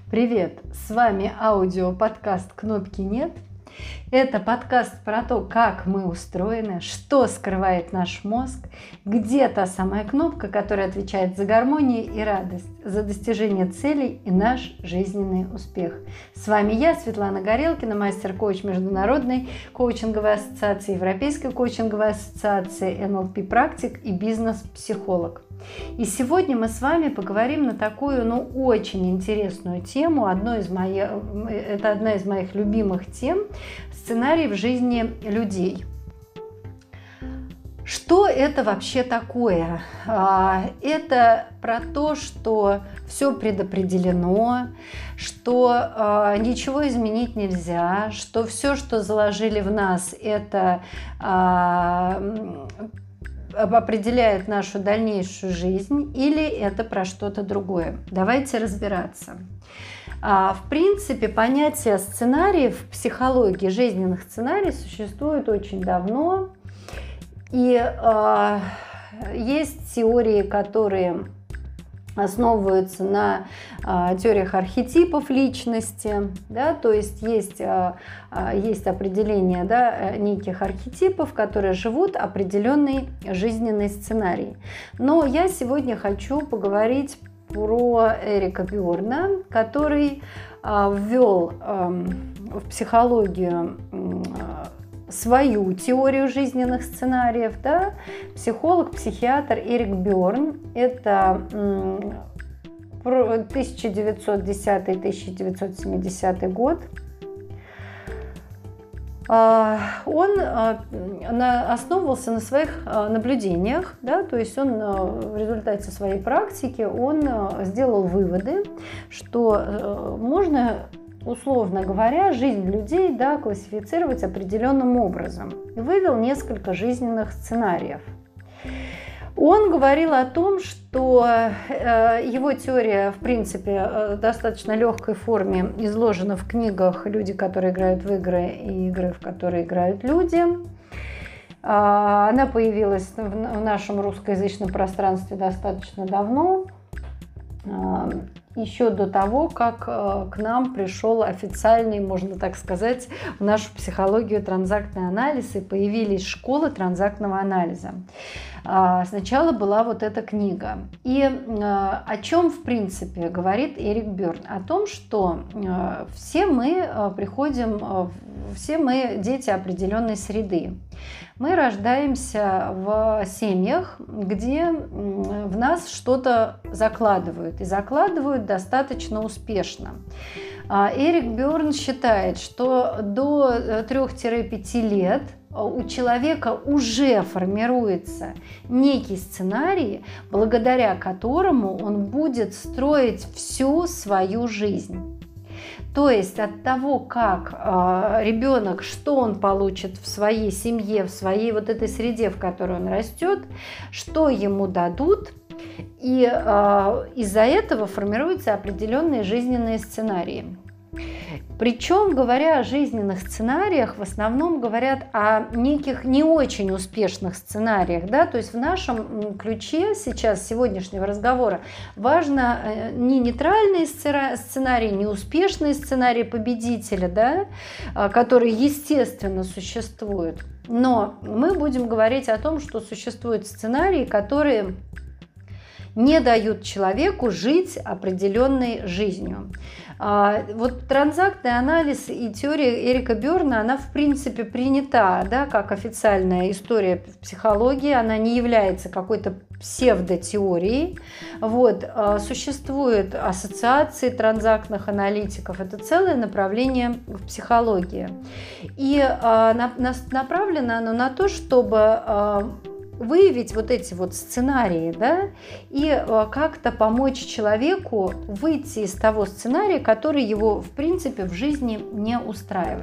Привет! С вами аудиоподкаст «Кнопки нет». Это подкаст про то, как мы устроены, что скрывает наш мозг, где та самая кнопка, которая отвечает за гармонию и радость, за достижение целей и наш жизненный успех. С вами я, Светлана Горелкина, мастер-коуч Международной коучинговой ассоциации, Европейской коучинговой ассоциации, НЛП-практик и бизнес-психолог. И сегодня мы с вами поговорим на такую, очень интересную тему. Это одна из моих любимых тем – сценарий в жизни людей. Что это вообще такое? Это про то, что все предопределено, что ничего изменить нельзя, что все, что заложили в нас, это определяет нашу дальнейшую жизнь, или это про что-то другое. Давайте разбираться. В принципе, понятие сценариев в психологии, жизненных сценариев существует очень давно. И есть теории, которые основываются на теориях архетипов личности, да, то есть есть определение, да, неких архетипов, которые живут определенный жизненный сценарий. Но я сегодня хочу поговорить про Эрика Бёрна, который ввел в психологию свою теорию жизненных сценариев, да? Психолог, психиатр Эрик Бёрн, это 1910-1970 год. Он основывался на своих наблюдениях, да, то есть он в результате своей практики он сделал выводы, что можно, условно говоря, жизнь людей, да, классифицировать определенным образом. И вывел несколько жизненных сценариев. Он говорил о том, что его теория, в принципе, в достаточно легкой форме изложена в книгах «Люди, которые играют в игры» и «Игры, в которые играют люди». Она появилась в нашем русскоязычном пространстве достаточно давно, еще до того, как к нам пришел официальный, можно так сказать, в нашу психологию транзактный анализ, и появились школы транзактного анализа. Сначала была вот эта книга. И о чем, в принципе, говорит Эрик Бёрн? О том, что все мы дети определенной среды. Мы рождаемся в семьях, где в нас что-то закладывают, и закладывают достаточно успешно. Эрик Бёрн считает, что до 3-5 лет у человека уже формируется некий сценарий, благодаря которому он будет строить всю свою жизнь. То есть от того, как ребенок, что он получит в своей семье, в своей вот этой среде, в которой он растет, что ему дадут, и из-за этого формируются определенные жизненные сценарии. Причем, говоря о жизненных сценариях, в основном говорят о неких не очень успешных сценариях. Да? То есть в нашем ключе сейчас, сегодняшнего разговора, важно не нейтральные сценарии, не успешные сценарии победителя, да? Которые, естественно, существуют. Но мы будем говорить о том, что существуют сценарии, которые не дают человеку жить определенной жизнью. Вот транзактный анализ и теория Эрика Бёрна, она в принципе принята, да, как официальная история в психологии, она не является какой-то псевдотеорией. Вот. Существуют ассоциации транзактных аналитиков, это целое направление в психологии. И направлено оно на то, чтобы выявить вот эти вот сценарии, да, и как-то помочь человеку выйти из того сценария, который его, в принципе, в жизни не устраивает.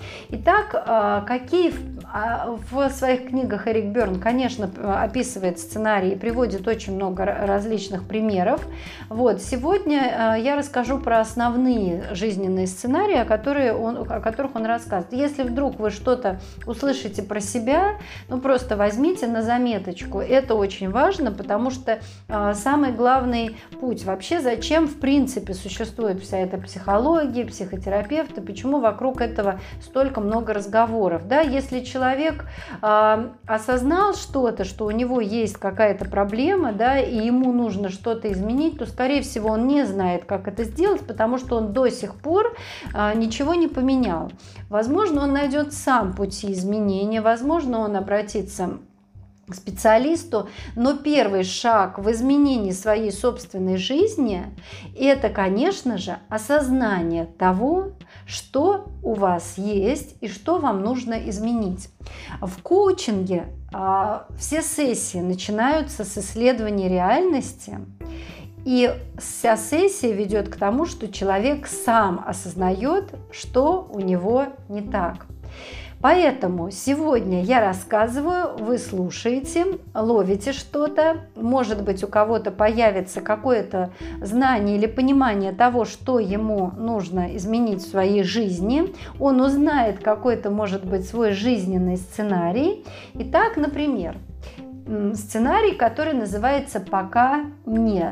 Итак, какие в своих книгах Эрик Берн, конечно, описывает сценарии и приводит очень много различных примеров. Вот, сегодня я расскажу про основные жизненные сценарии, о которых он рассказывает. Если вдруг вы что-то услышите про себя, ну просто возьмите на заметочку. Это очень важно, потому что самый главный путь вообще, зачем в принципе существует вся эта психология, психотерапевты, почему вокруг этого столько много разговоров. Да? Если человек осознал что-то, что у него есть какая-то проблема, да, и ему нужно что-то изменить, то, скорее всего, он не знает, как это сделать, потому что он до сих пор ничего не поменял. Возможно, он найдет сам пути изменения, возможно, он обратится к специалисту, но первый шаг в изменении своей собственной жизни – это, конечно же, осознание того, что у вас есть и что вам нужно изменить. В коучинге все сессии начинаются с исследования реальности, и вся сессия ведет к тому, что человек сам осознает, что у него не так. Поэтому сегодня я рассказываю, вы слушаете, ловите что-то, может быть, у кого-то появится какое-то знание или понимание того, что ему нужно изменить в своей жизни, он узнает какой-то, может быть, свой жизненный сценарий. Итак, например, сценарий, который называется «Пока не».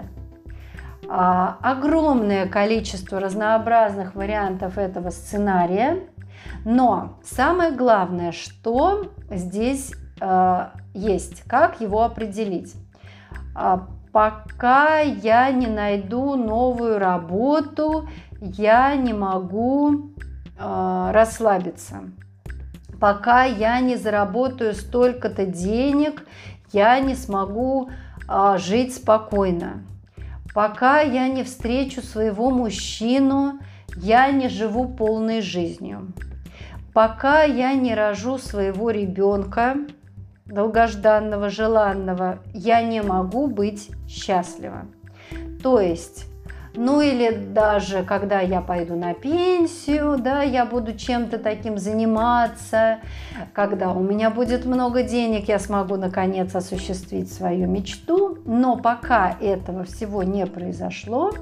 Огромное количество разнообразных вариантов этого сценария. Но самое главное, что здесь есть, как его определить. Пока я не найду новую работу, я не могу расслабиться. Пока я не заработаю столько-то денег, я не смогу жить спокойно. Пока я не встречу своего мужчину, я не живу полной жизнью. Пока я не рожу своего ребенка, долгожданного, желанного, я не могу быть счастлива. То есть, ну или даже когда я пойду на пенсию, да, я буду чем-то таким заниматься, когда у меня будет много денег, я смогу наконец осуществить свою мечту. Но пока этого всего не произошло,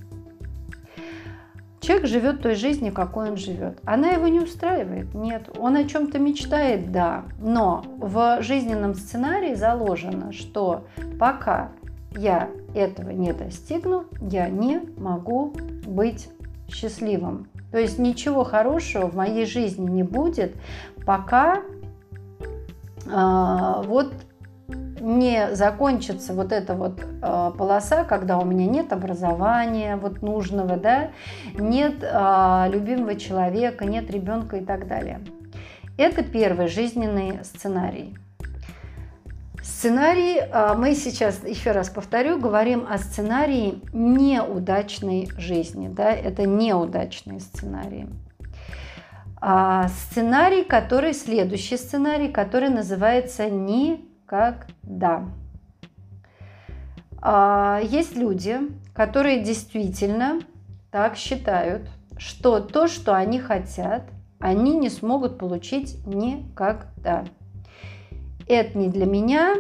человек живет той жизнью, какой он живет. Она его не устраивает? Нет. Он о чем-то мечтает? Да. Но в жизненном сценарии заложено, что пока я этого не достигну, я не могу быть счастливым. То есть ничего хорошего в моей жизни не будет, пока вот не закончится вот эта вот полоса, когда у меня нет образования вот нужного, да, нет любимого человека, нет ребенка и так далее. Это первый жизненный сценарий. Сценарий, мы сейчас, еще раз повторю, говорим о сценарии неудачной жизни, да, это неудачные сценарии. Сценарий, который, следующий сценарий, который называется «никогда». Есть люди, которые действительно так считают, что то, что они хотят, они не смогут получить никогда. Это не для меня,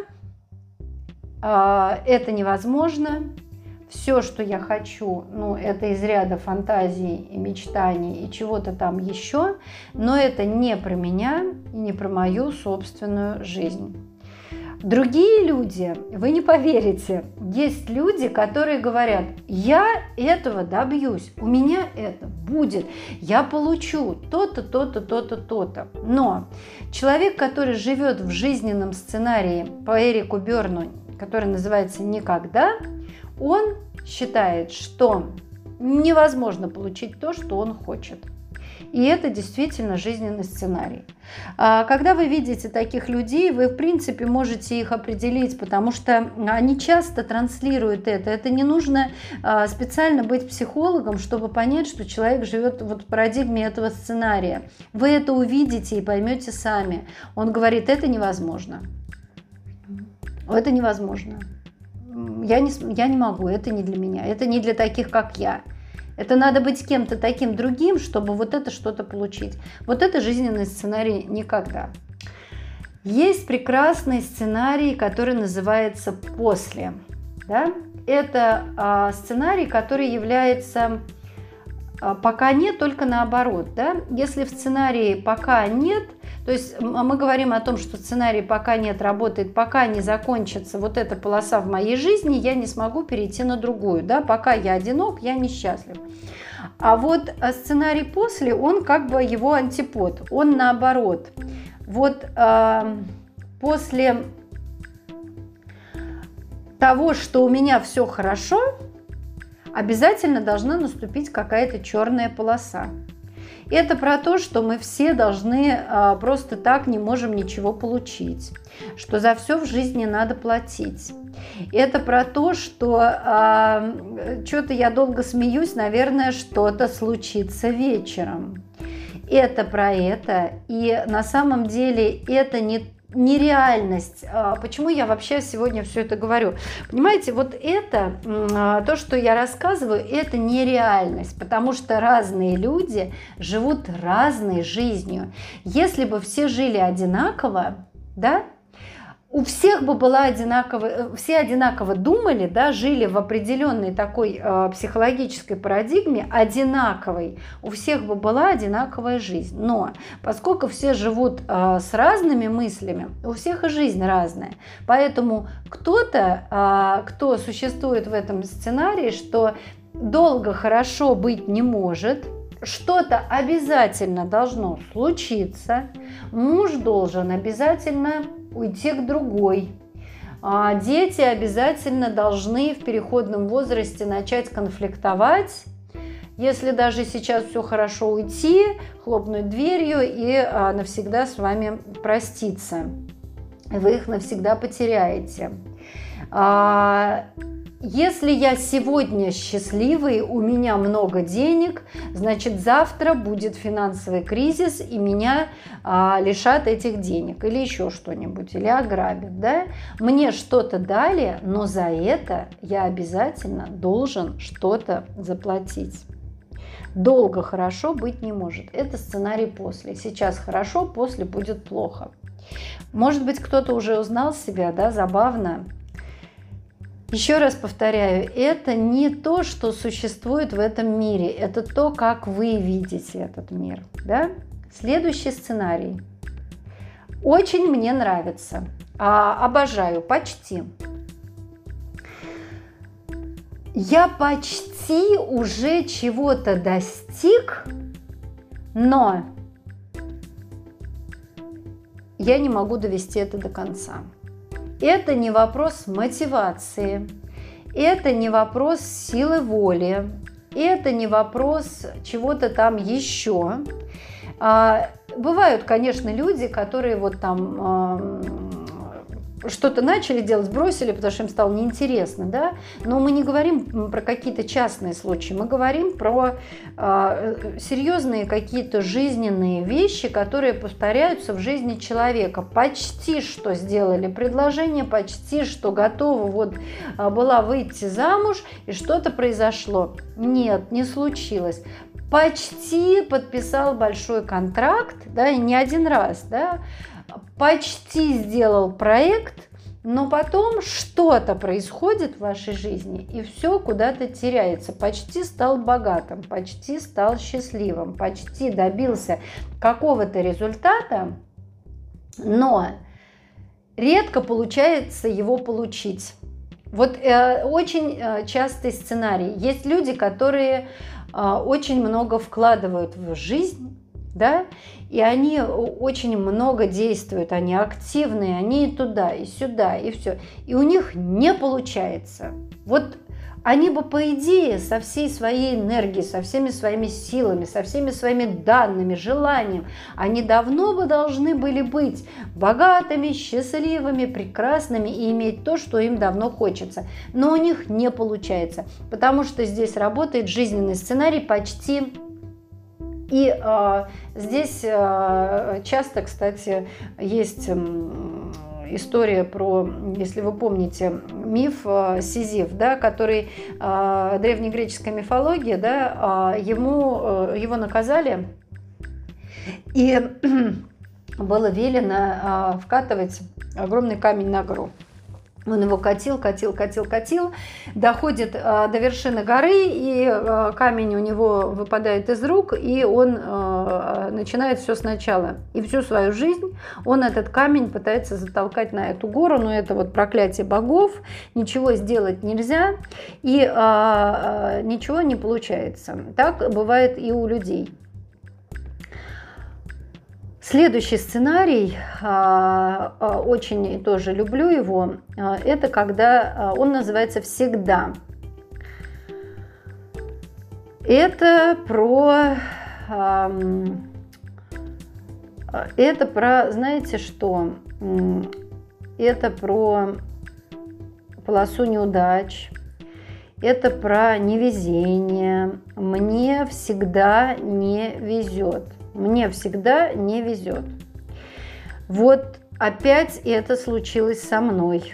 это невозможно. Все, что я хочу, ну, это из ряда фантазий и мечтаний и чего-то там еще, но это не про меня и не про мою собственную жизнь. Другие люди, вы не поверите, есть люди, которые говорят: я этого добьюсь, у меня это будет, я получу то-то, то-то, то-то, то-то. Но человек, который живет в жизненном сценарии по Эрику Берну, который называется «Никогда», он считает, что невозможно получить то, что он хочет. И это действительно жизненный сценарий. Когда вы видите таких людей, вы, в принципе, можете их определить, потому что они часто транслируют это. Это не нужно специально быть психологом, чтобы понять, что человек живет вот в парадигме этого сценария. Вы это увидите и поймете сами. Он говорит: это невозможно. Это невозможно. Я не могу, это не для меня, это не для таких, как я. Это надо быть кем-то таким другим, чтобы вот это что-то получить. Вот это жизненный сценарий никогда. Есть прекрасный сценарий, который называется «После». Да? Это сценарий, который является «пока нет», только наоборот. Да? Если в сценарии «пока нет», то есть мы говорим о том, что сценарий «пока нет» работает, пока не закончится вот эта полоса в моей жизни, я не смогу перейти на другую. Да? Пока я одинок, я несчастлив. А вот сценарий «После», он как бы его антипод, он наоборот. Вот после того, что у меня все хорошо, обязательно должна наступить какая-то черная полоса. Это про то, что мы все должны просто так не можем ничего получить, что за все в жизни надо платить. Это про то, что что-то я долго смеюсь, наверное, что-то случится вечером. Это про это, и на самом деле это нереальность. Почему я вообще сегодня все это говорю? Понимаете, вот это, то, что я рассказываю, это нереальность, потому что разные люди живут разной жизнью. Если бы все жили одинаково, да, у всех бы была одинаковая, все одинаково думали, да, жили в определенной такой психологической парадигме, одинаковой, у всех бы была одинаковая жизнь. Но поскольку все живут с разными мыслями, у всех и жизнь разная. Поэтому кто-то, кто существует в этом сценарии, что долго хорошо быть не может, что-то обязательно должно случиться, муж должен обязательно уйти к другой. Дети обязательно должны в переходном возрасте начать конфликтовать. Если даже сейчас все хорошо, уйти, хлопнуть дверью и навсегда с вами проститься. Вы их навсегда потеряете. Если я сегодня счастливый, у меня много денег, значит завтра будет финансовый кризис и меня лишат этих денег или еще что-нибудь, или ограбят. Да? Мне что-то дали, но за это я обязательно должен что-то заплатить. Долго хорошо быть не может. Это сценарий «После». Сейчас хорошо, после будет плохо. Может быть, кто-то уже узнал себя, да, забавно. Еще раз повторяю, это не то, что существует в этом мире, это то, как вы видите этот мир. Да? Следующий сценарий. Очень мне нравится, обожаю, почти. Я почти уже чего-то достиг, но я не могу довести это до конца. Это не вопрос мотивации, это не вопрос силы воли, это не вопрос чего-то там еще. Бывают, конечно, люди, которые вот там что-то начали делать, бросили, потому что им стало неинтересно, да? Но мы не говорим про какие-то частные случаи, мы говорим про серьезные какие-то жизненные вещи, которые повторяются в жизни человека. Почти что сделали предложение, почти что готова вот была выйти замуж, и что-то произошло. Нет, не случилось. Почти подписал большой контракт, да, и не один раз, да, почти сделал проект, но потом что-то происходит в вашей жизни, и все куда-то теряется. Почти стал богатым, почти стал счастливым, почти добился какого-то результата, но редко получается его получить. Вот очень частый сценарий. Есть люди, которые очень много вкладывают в жизнь, да, и они очень много действуют, они активные, они и туда, и сюда, и все. И у них не получается. Вот они бы, по идее, со всей своей энергией, со всеми своими силами, со всеми своими данными, желанием, они давно бы должны были быть богатыми, счастливыми, прекрасными и иметь то, что им давно хочется. Но у них не получается, потому что здесь работает жизненный сценарий почти. И здесь часто, кстати, есть история про, если вы помните, миф Сизиф, да, который древнегреческая мифология, да, его наказали, и было велено вкатывать огромный камень на гору. Он его катил, доходит до вершины горы, и камень у него выпадает из рук, и он начинает все сначала. И всю свою жизнь он этот камень пытается затолкать на эту гору, но это вот проклятие богов, ничего сделать нельзя, и ничего не получается. Так бывает и у людей. Следующий сценарий, очень тоже люблю его, это когда он называется «Всегда». Это про, знаете что, это про полосу неудач, это про невезение. Мне всегда не везет. Мне всегда не везет. Вот опять это случилось со мной.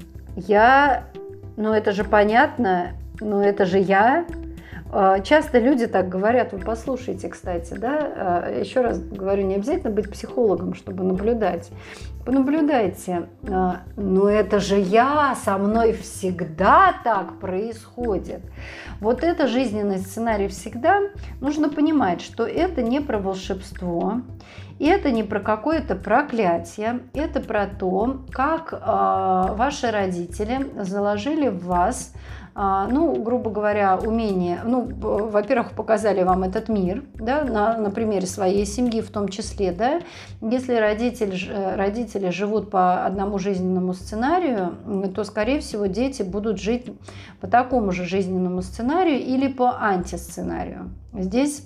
Ну это же понятно, но это же я. Часто люди так говорят, вы послушайте, кстати, да, еще раз говорю, не обязательно быть психологом, чтобы наблюдать. Понаблюдайте, но это же я, со мной всегда так происходит. Вот это жизненный сценарий всегда. Нужно понимать, что это не про волшебство, и это не про какое-то проклятие, это про то, как ваши родители заложили в вас, ну, грубо говоря, умение, ну, во-первых, показали вам этот мир, да, на примере своей семьи в том числе, да, если родители живут по одному жизненному сценарию, то, скорее всего, дети будут жить по такому же жизненному сценарию или по антисценарию. Здесь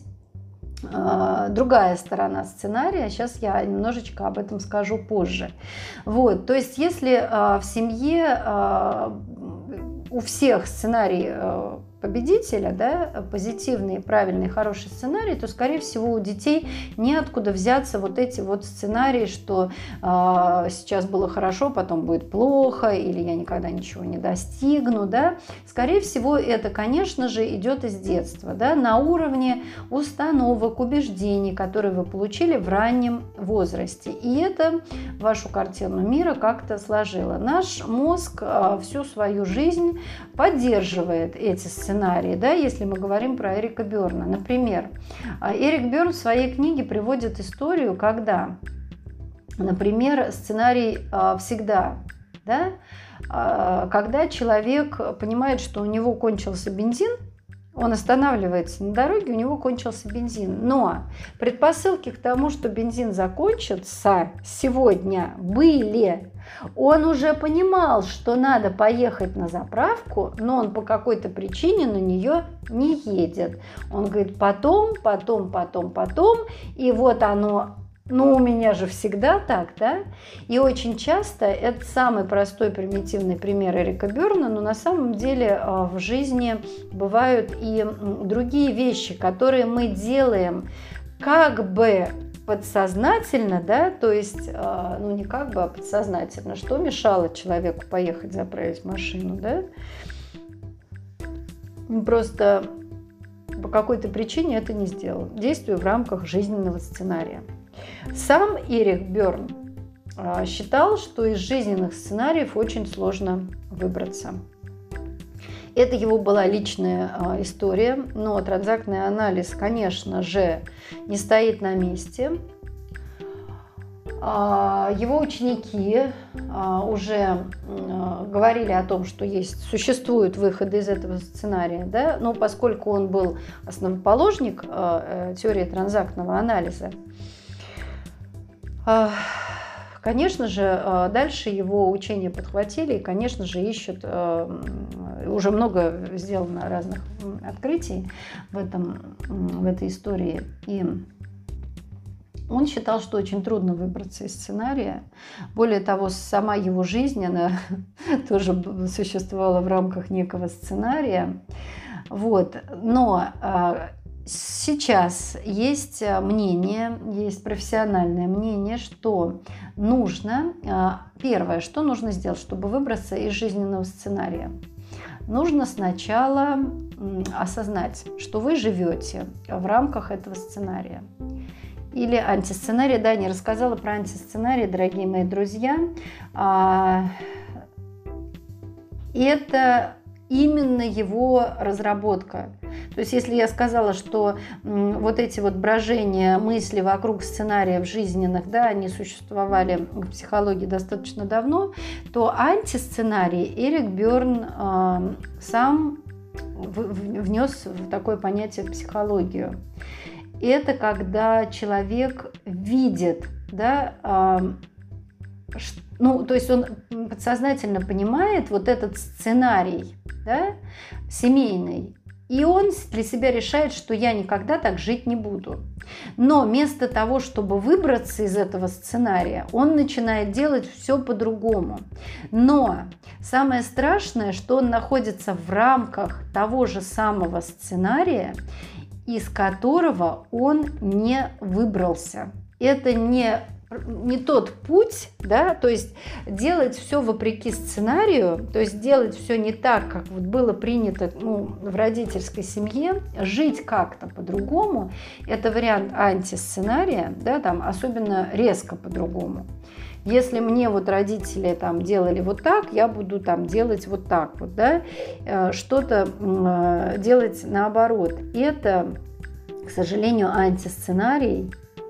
другая сторона сценария, сейчас я немножечко об этом скажу позже. Вот, то есть, если в семье у всех сценарий победителя, да, позитивный, правильный, хороший сценарий, то, скорее всего, у детей неоткуда взяться вот эти вот сценарии, что сейчас было хорошо, потом будет плохо, или я никогда ничего не достигну, да. Скорее всего, это, конечно же, идет из детства, да, на уровне установок, убеждений, которые вы получили в раннем возрасте. И это вашу картину мира как-то сложило. Наш мозг всю свою жизнь поддерживает эти сценарии, да, если мы говорим про Эрика Берна. Например, Эрик Берн в своей книге приводит историю, когда, например, сценарий «Всегда», да, когда человек понимает, что у него кончился бензин, он останавливается на дороге, у него кончился бензин. Но предпосылки к тому, что бензин закончится сегодня, были. Он уже понимал, что надо поехать на заправку, но он по какой-то причине на нее не едет. Он говорит, потом, и вот оно. Ну, у меня же всегда так, да? И очень часто это самый простой, примитивный пример Эрика Берна, но на самом деле в жизни бывают и другие вещи, которые мы делаем как бы подсознательно, да, то есть, ну, не как бы, а подсознательно. Что мешало человеку поехать заправить машину, да? Просто по какой-то причине это не сделал. Действую в рамках жизненного сценария. Сам Эрик Берн считал, что из жизненных сценариев очень сложно выбраться. Это его была личная история, но транзактный анализ, конечно же, не стоит на месте. Его ученики уже говорили о том, что существуют выходы из этого сценария, да? Но поскольку он был основоположник теории транзактного анализа, конечно же, дальше его учения подхватили и, конечно же, ищут, уже много сделано разных открытий в этой истории. И он считал, что очень трудно выбраться из сценария. Более того, сама его жизнь, она тоже существовала в рамках некого сценария. Вот. Но Сейчас есть мнение, есть профессиональное мнение, что нужно, первое, что нужно сделать, чтобы выбраться из жизненного сценария. Нужно сначала осознать, что вы живете в рамках этого сценария. Или антисценарий. Да, не рассказала про антисценарий, дорогие мои друзья. Это именно его разработка. То есть, если я сказала, что вот эти вот брожения мысли вокруг сценариев жизненных, да, они существовали в психологии достаточно давно, то антисценарий Эрик Бёрн сам внес в такое понятие в психологию. Это когда человек видит, да, ну, то есть он подсознательно понимает вот этот сценарий, да, семейный, и он для себя решает, что я никогда так жить не буду. Но вместо того, чтобы выбраться из этого сценария, он начинает делать все по-другому. Но самое страшное, что он находится в рамках того же самого сценария, из которого он не выбрался. Это не тот путь, да, то есть делать все вопреки сценарию, то есть делать все не так, как вот было принято, ну, в родительской семье, жить как-то по-другому, это вариант антисценария, да, там особенно резко по-другому. Если мне вот родители там делали вот так, я буду там делать вот так вот, да, что-то делать наоборот. Это, к сожалению, антисценарий.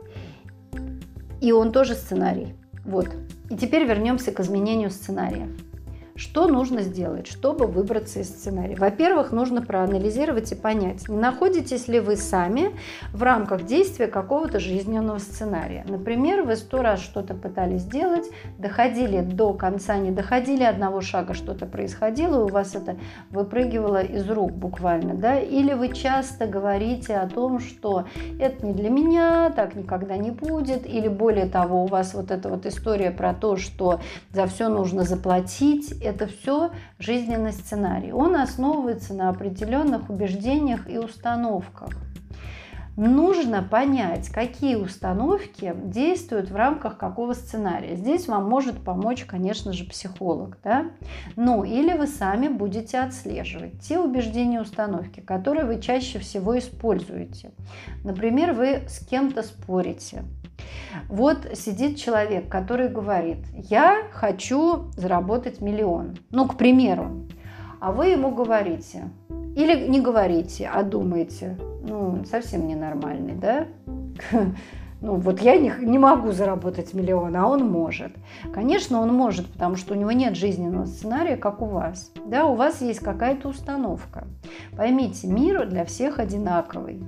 И он тоже сценарий. Вот. И теперь вернемся к изменению сценария. Что нужно сделать, чтобы выбраться из сценария? Во-первых, нужно проанализировать и понять, не находитесь ли вы сами в рамках действия какого-то жизненного сценария. Например, вы 100 раз что-то пытались сделать, доходили до конца, не доходили одного шага, что-то происходило, и у вас это выпрыгивало из рук буквально, да? Или вы часто говорите о том, что это не для меня, так никогда не будет, или более того, у вас вот эта вот история про то, что за все нужно заплатить. Это все жизненный сценарий. Он основывается на определенных убеждениях и установках. Нужно понять, какие установки действуют в рамках какого сценария. Здесь вам может помочь, конечно же, психолог. Да? Ну, или вы сами будете отслеживать те убеждения и установки, которые вы чаще всего используете. Например, вы с кем-то спорите. Вот сидит человек, который говорит: я хочу заработать 1 000 000, ну, к примеру, а вы ему говорите, или не говорите, а думаете, ну, совсем ненормальный, да? Ну, вот я не могу заработать 1 000 000, а он может. Конечно, он может, потому что у него нет жизненного сценария, как у вас. Да, у вас есть какая-то установка. Поймите, мир для всех одинаковый.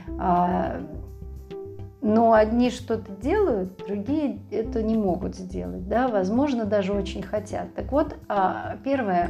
Но одни что-то делают, другие это не могут сделать, да, возможно, даже очень хотят. Так вот, первое,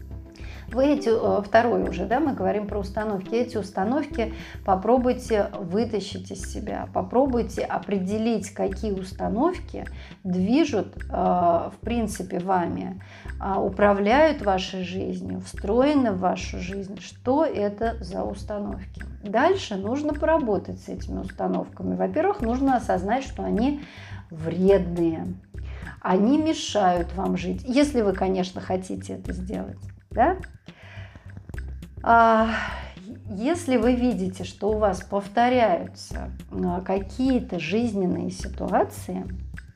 второе уже, да, мы говорим про установки. Эти установки попробуйте вытащить из себя, попробуйте определить, какие установки движут, в принципе, вами, управляют вашей жизнью, встроены в вашу жизнь. Что это за установки? Дальше нужно поработать с этими установками. Во-первых, нужно осознать, что они вредные. Они мешают вам жить, если вы, конечно, хотите это сделать. Да? Если вы видите, что у вас повторяются какие-то жизненные ситуации,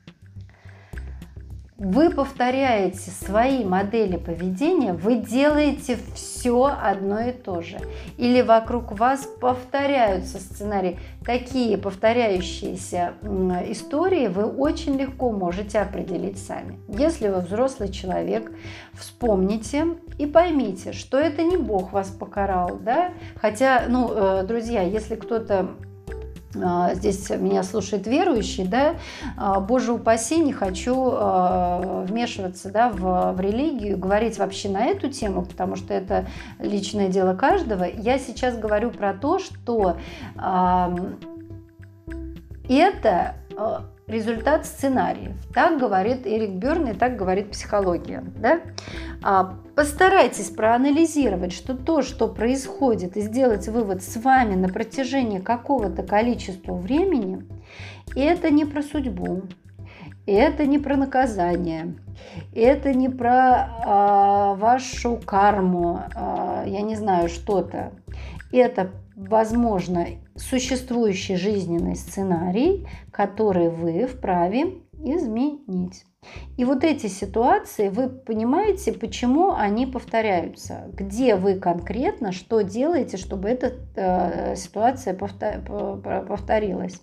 вы повторяете свои модели поведения, вы делаете все одно и то же. Или вокруг вас повторяются сценарии. Такие повторяющиеся истории вы очень легко можете определить сами. Если вы взрослый человек, вспомните и поймите, что это не Бог вас покарал. Да? Хотя, ну, друзья, если кто-то здесь меня слушает верующий, да, Боже упаси, не хочу вмешиваться, да, в религию, говорить вообще на эту тему, потому что это личное дело каждого. Я сейчас говорю про то, что это результат сценариев. Так говорит Эрик Бёрн и так говорит психология. Да? Постарайтесь проанализировать, что то, что происходит, и сделать вывод с вами на протяжении какого-то количества времени, это не про судьбу, это не про наказание, это не про вашу карму, я не знаю, что-то. Это, возможно, существующий жизненный сценарий, который вы вправе изменить. И вот эти ситуации, вы понимаете, почему они повторяются, где вы конкретно что делаете, чтобы эта ситуация повторилась.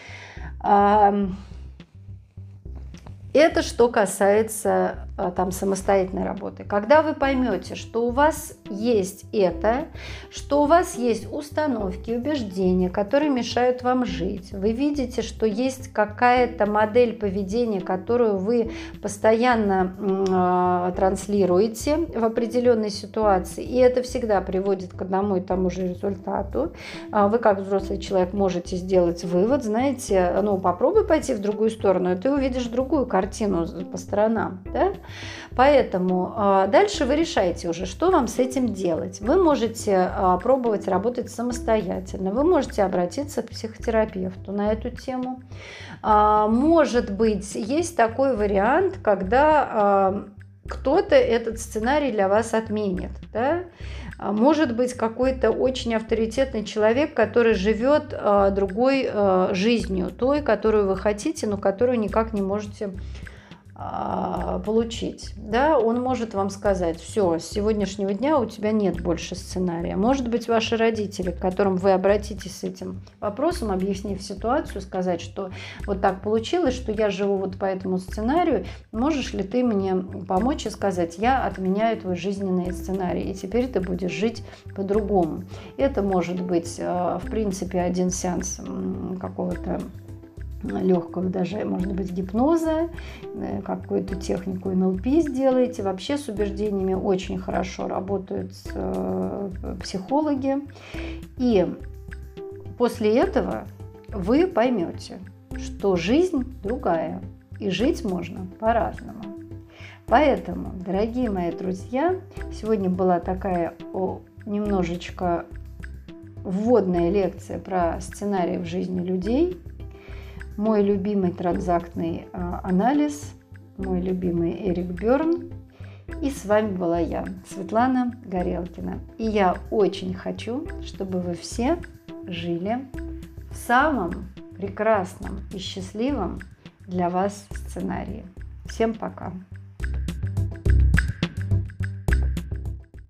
Это что касается там самостоятельной работы. Когда вы поймете, что у вас есть это, что у вас есть установки, убеждения, которые мешают вам жить, вы видите, что есть какая-то модель поведения, которую вы постоянно транслируете в определенной ситуации, и это всегда приводит к одному и тому же результату, вы как взрослый человек можете сделать вывод, знаете, ну попробуй пойти в другую сторону, и ты увидишь другую картину по сторонам. Да? Поэтому дальше вы решаете уже, что вам с этим делать. Вы можете пробовать работать самостоятельно, вы можете обратиться к психотерапевту на эту тему. Может быть, есть такой вариант, когда кто-то этот сценарий для вас отменит. Да? Может быть, какой-то очень авторитетный человек, который живет другой жизнью, той, которую вы хотите, но которую никак не можете получить. Да? Он может вам сказать: все, с сегодняшнего дня у тебя нет больше сценария. Может быть, ваши родители, к которым вы обратитесь с этим вопросом, объяснив ситуацию, сказать, что вот так получилось, что я живу вот по этому сценарию, можешь ли ты мне помочь и сказать: я отменяю твой жизненный сценарий, и теперь ты будешь жить по-другому. Это может быть, в принципе, один сеанс какого-то легкого, даже, может быть, гипноза, какую-то технику НЛП сделаете. Вообще с убеждениями очень хорошо работают психологи. И после этого вы поймете, что жизнь другая, и жить можно по-разному. Поэтому, дорогие мои друзья, сегодня была такая немножечко вводная лекция про сценарии в жизни людей. Мой любимый транзактный анализ, мой любимый Эрик Бёрн. И с вами была я, Светлана Горелкина. И я очень хочу, чтобы вы все жили в самом прекрасном и счастливом для вас сценарии. Всем пока!